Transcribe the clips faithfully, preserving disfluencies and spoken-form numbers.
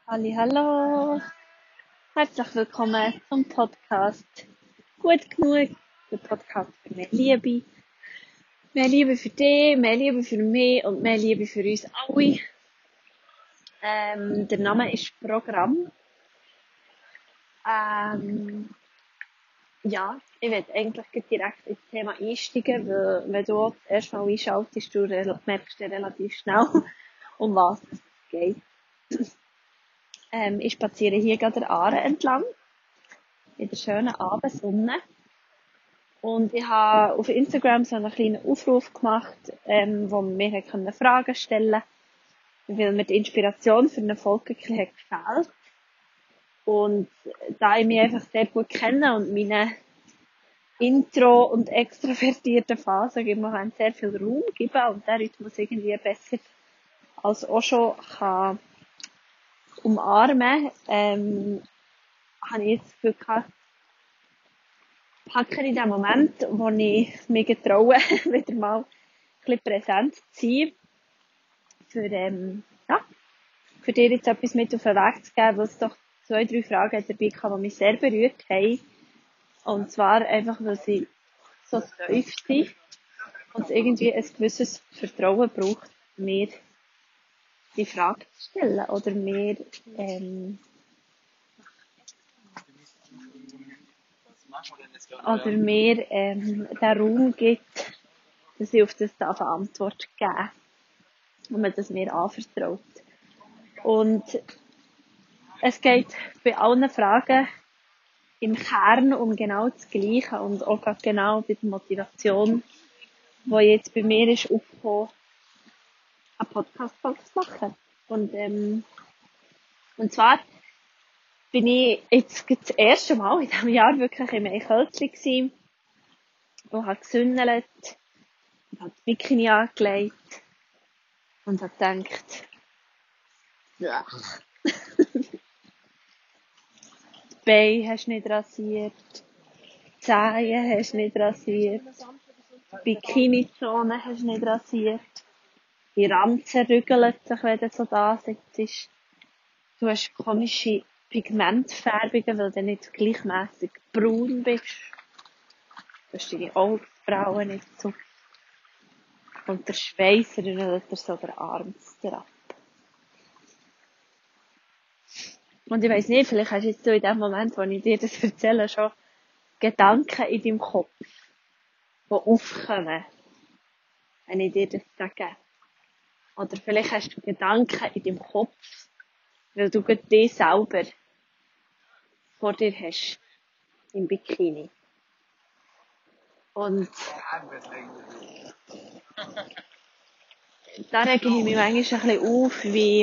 Hallo, herzlich willkommen zum Podcast Gut genug, der Podcast für mehr Liebe. Mehr Liebe für dich, mehr Liebe für mich und mehr Liebe für uns alle. Ähm, der Name ist Programm. Ähm, ja, ich werde eigentlich direkt ins Thema einsteigen, weil wenn du auch das erste Mal einschaltest, du rel- merkst du relativ schnell, um was es geht. Ähm, ich spaziere hier gerade der Aare entlang, in der schönen Abendsonne. Und ich habe auf Instagram so einen kleinen Aufruf gemacht, ähm, wo man mir können Fragen stellen konnte, weil mir die Inspiration für eine Folge ein bisschen gefällt. Und da ich mich einfach sehr gut kenne und meine intro- und extrovertierten Phasen im Moment sehr viel Raum geben und der Rhythmus irgendwie besser als auch schon kann umarmen, ähm, habe ich jetzt das Gefühl gehabt, packe in dem Moment, wo ich mich getraue, wieder mal ein bisschen präsent zu sein, für, ähm, ja, für dir jetzt etwas mit auf den Weg zu geben, weil es doch zwei, drei Fragen dabei kann, die mich sehr berührt haben. Und zwar einfach, weil sie so tief sind und es irgendwie ein gewisses Vertrauen braucht, mir die Frage zu stellen oder mir, ähm, oder mir, ähm, den Raum gibt, dass ich auf das darf eine Antwort geben darf und man das mir anvertraut. Und es geht bei allen Fragen im Kern um genau das Gleiche und auch gerade genau bei der Motivation, die jetzt bei mir ist aufgekommen, eine Podcast-Folge zu machen. Und, ähm, und zwar bin ich jetzt gerade das erste Mal in diesem Jahr wirklich im Eichhölzli gewesen und habe gesündelt und habe das Bikini angelegt und habe gedacht, ja, die Beine hast du nicht rasiert, die Zehen hast du nicht rasiert, die Bikini-Zone hast du nicht rasiert, die Ranzen rügeln sich, wenn du so da sitzt. Du hast komische Pigmentfärbungen, weil du nicht gleichmässig braun bist. Du hast deine Augenbrauen nicht so. Und der Schweiß rüttelt dir so den Arm ab. Und ich weiss nicht, vielleicht hast du jetzt so in dem Moment, wo ich dir das erzähle, schon Gedanken in deinem Kopf, die aufkommen, wenn ich dir das sage. Oder vielleicht hast du Gedanken in deinem Kopf, weil du gerade dich selber vor dir hast, im Bikini. Und da rege ich mich manchmal ein bisschen auf, wie,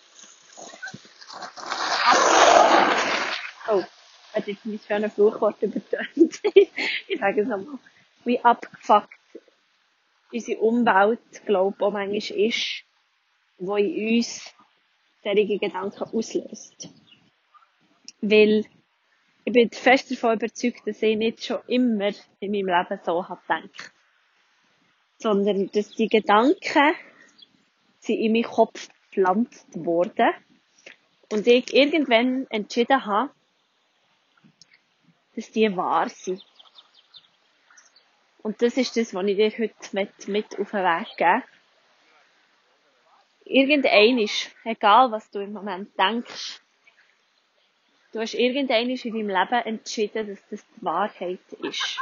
oh, hat jetzt mein schönes Fluchwort übertönt. Ich sage es nochmal. Wie abgefuckt unsere Umwelt, glaube ich, auch manchmal ist, wo in uns solche Gedanken auslöst. Weil ich bin fest davon überzeugt, dass ich nicht schon immer in meinem Leben so habe gedacht. Sondern, dass die Gedanken sind in meinen Kopf gepflanzt worden und ich irgendwann entschieden habe, dass die wahr sind. Und das ist das, was ich dir heute mit, mit auf den Weg gebe. Irgendeinisch, egal was du im Moment denkst, du hast irgendeinisch in deinem Leben entschieden, dass das die Wahrheit ist.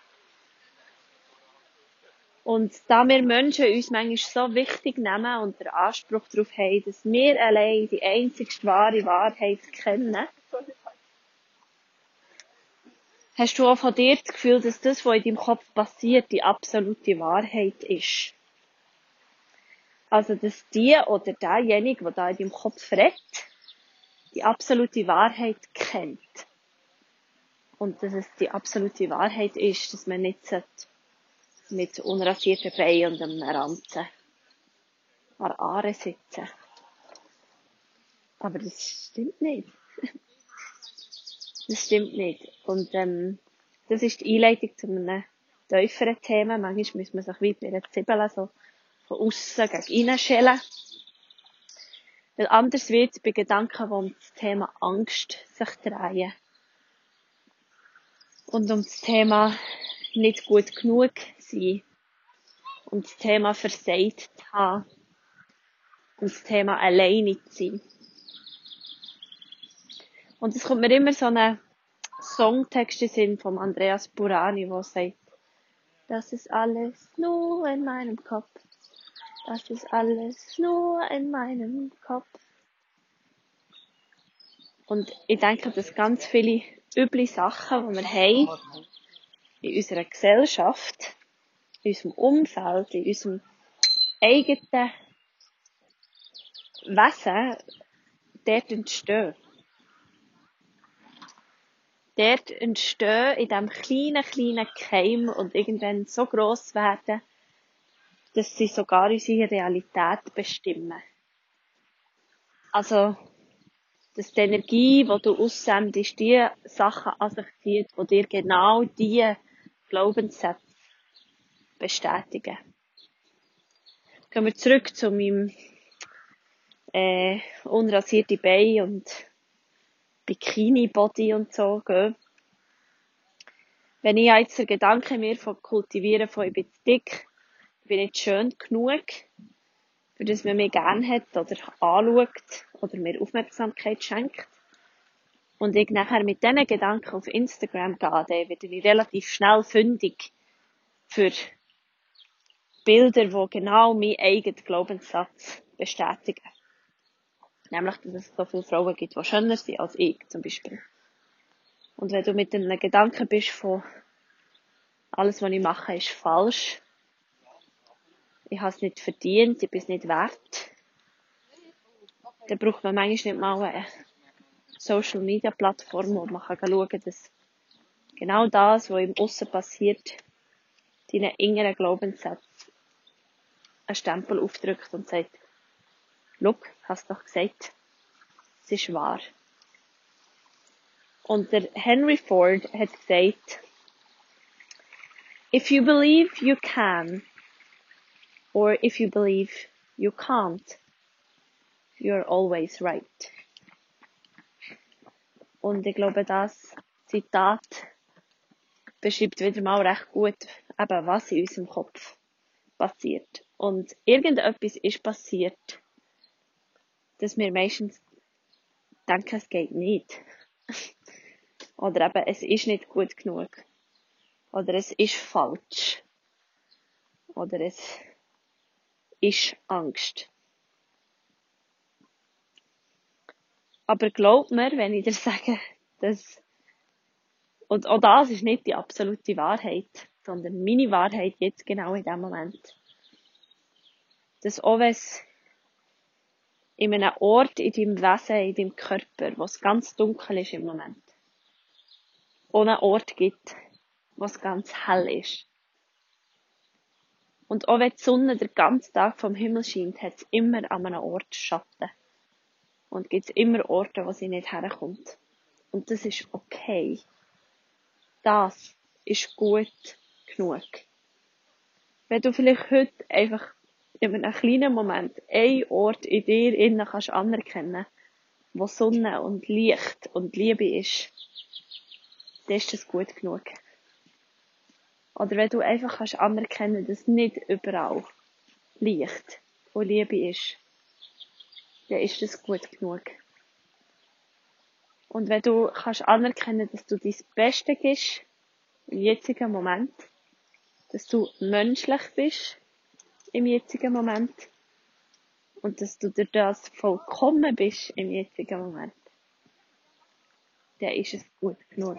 Und da wir Menschen uns manchmal so wichtig nehmen und den Anspruch darauf haben, dass wir allein die einzigste wahre Wahrheit kennen, hast du auch von dir das Gefühl, dass das, was in deinem Kopf passiert, die absolute Wahrheit ist. Also, dass die oder derjenige, der da in deinem Kopf redet, die absolute Wahrheit kennt. Und dass es die absolute Wahrheit ist, dass man nicht mit unrasierten Beinen und einem Ranzen an der Aare sitzen. Aber das stimmt nicht. Das stimmt nicht. Und ähm, das ist die Einleitung zu einem tieferen Thema. Manchmal muss man sich wie bei einer Zwiebel so von aussen gegen innen schälen. Weil anders wird es bei Gedanken, die um das Thema Angst sich drehen. Und um das Thema nicht gut genug sein. Um das Thema versagt zu haben. Um das Thema alleine zu sein. Und es kommt mir immer so ein Songtext in den Sinn von Andreas Burani, der sagt, das ist alles nur in meinem Kopf. Das ist alles nur in meinem Kopf. Und ich denke, dass ganz viele üble Sachen, die wir haben, in unserer Gesellschaft, in unserem Umfeld, in unserem eigenen Wesen, dort entstehen. Dort entstehen in diesem kleinen, kleinen Keim und irgendwann so gross werden, dass sie sogar unsere Realität bestimmen. Also, dass die Energie, die du aussendest, die Sachen an sich zieht, die dir genau diese Glaubenssätze bestätigen. Gehen wir zurück zu meinem äh, unrasierten Bein und Bikini-Body und so gehen. Wenn ich jetzt den Gedanken mir von kultivieren, von ich bin zu dick, bin ich schön genug, für das man mich gerne hat oder anschaut oder mir Aufmerksamkeit schenkt. Und ich nachher mit diesen Gedanken auf Instagram gehe, dann werde ich relativ schnell fündig für Bilder, die genau meinen eigenen Glaubenssatz bestätigen. Nämlich, dass es so viele Frauen gibt, die schöner sind als ich, zum Beispiel. Und wenn du mit einem Gedanken bist von, alles, was ich mache, ist falsch, ich habe es nicht verdient, ich bin es nicht wert, dann braucht man manchmal nicht mal eine Social-Media-Plattform, wo man kann schauen kann, dass genau das, was im Aussen passiert, deinen inneren Glaubenssatz einen Stempel aufdrückt und sagt, schau, hast doch gesagt, es ist wahr. Und der Henry Ford hat gesagt, if you believe you can, or if you believe you can't, you're always right. Und ich glaube, das Zitat beschreibt wieder mal recht gut, eben, was in unserem Kopf passiert. Und irgendetwas ist passiert, dass wir meistens denken, es geht nicht. Oder eben, es ist nicht gut genug. Oder es ist falsch. Oder es ist Angst. Aber glaub mir, wenn ich dir sage, dass, und auch das ist nicht die absolute Wahrheit, sondern meine Wahrheit jetzt genau in dem Moment. Dass auch wenn es in einem Ort in deinem Wesen, in deinem Körper, wo es ganz dunkel ist im Moment, auch einen Ort gibt, wo es ganz hell ist. Und auch wenn die Sonne den ganzen Tag vom Himmel scheint, hat es immer an einem Ort Schatten. Und gibt es immer Orte, wo sie nicht herkommt. Und das ist okay. Das ist gut genug. Wenn du vielleicht heute einfach in einem kleinen Moment einen Ort in dir innen kannst anerkennen, wo Sonne und Licht und Liebe ist, dann ist das gut genug. Oder wenn du einfach kannst anerkennen, dass nicht überall Licht und Liebe ist, dann ist das gut genug. Und wenn du kannst anerkennen, dass du dein Bestes gibst, im jetzigen Moment, dass du menschlich bist, im jetzigen Moment, und dass du durch das vollkommen bist, im jetzigen Moment, dann ist es gut genug.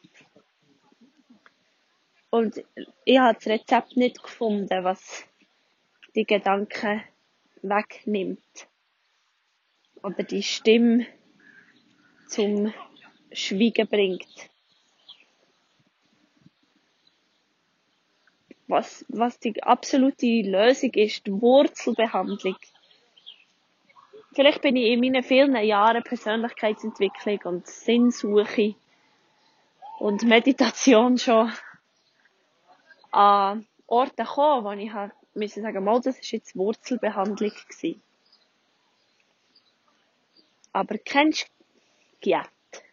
Und ich habe das Rezept nicht gefunden, was die Gedanken wegnimmt. Oder die Stimme zum Schweigen bringt. Was, was die absolute Lösung ist, die Wurzelbehandlung. Vielleicht bin ich in meinen vielen Jahren Persönlichkeitsentwicklung und Sinnsuche und Meditation schon an Orte gekommen, wo ich halt müssen sagen, mal, das ist jetzt Wurzelbehandlung gewesen. Aber kennst du Giat?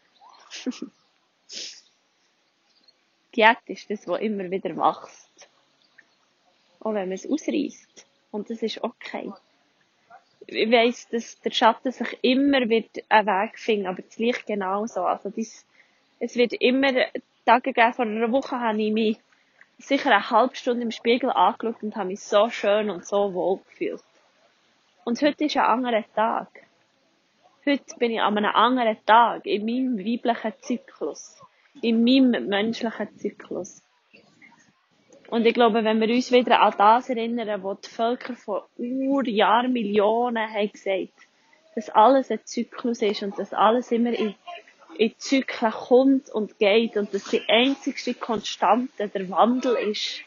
Giat ist das, was immer wieder wächst. Auch wenn man es ausreißt. Und das ist okay. Ich weiss, dass der Schatten sich immer wird einen Weg finden, aber das Licht genauso. Also dies, es wird immer Tage geben. Vor einer Woche habe ich mich sicher eine halbe Stunde im Spiegel angeschaut und habe mich so schön und so wohl gefühlt. Und heute ist ein anderer Tag. Heute bin ich an einem anderen Tag, in meinem weiblichen Zyklus. In meinem menschlichen Zyklus. Und ich glaube, wenn wir uns wieder an das erinnern, was die Völker von Urjahren, Millionen haben gesagt, dass alles ein Zyklus ist und dass alles immer in, in Zyklen kommt und geht und dass die einzigste Konstante der Wandel ist,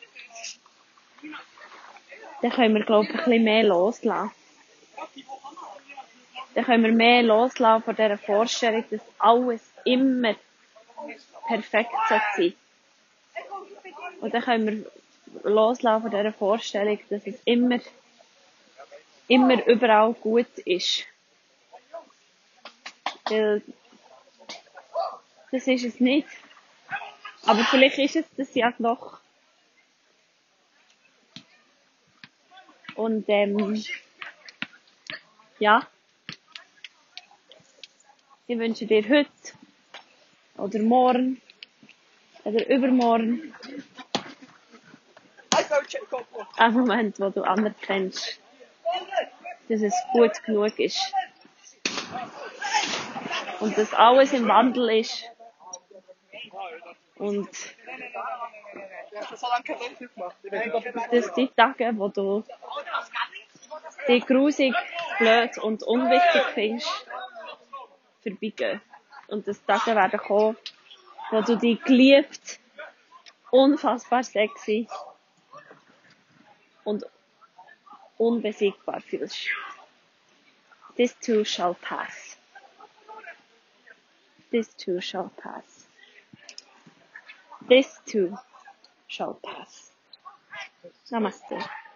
dann können wir, glaube ich, ein bisschen mehr loslassen. Dann können wir mehr loslassen von dieser Vorstellung, dass alles immer perfekt sein sollte. Und dann können wir loslassen von dieser Vorstellung, dass es immer, immer überall gut ist. Weil, das ist es nicht. Aber vielleicht ist es das ja doch. Und, ähm, ja. Ich wünsche dir heute, oder morgen, oder übermorgen, einen Moment, wo du anerkennst, dass es gut genug ist. Und dass alles im Wandel ist. Und dass die Tage, wo du dich grusig, blöd und unwichtig findest, vorbeigehen. Und dass Tage werden kommen, wo du dich geliebt, unfassbar sexy und unbesiegbar fühlst. This too shall pass. This too shall pass. This too shall pass. Namaste.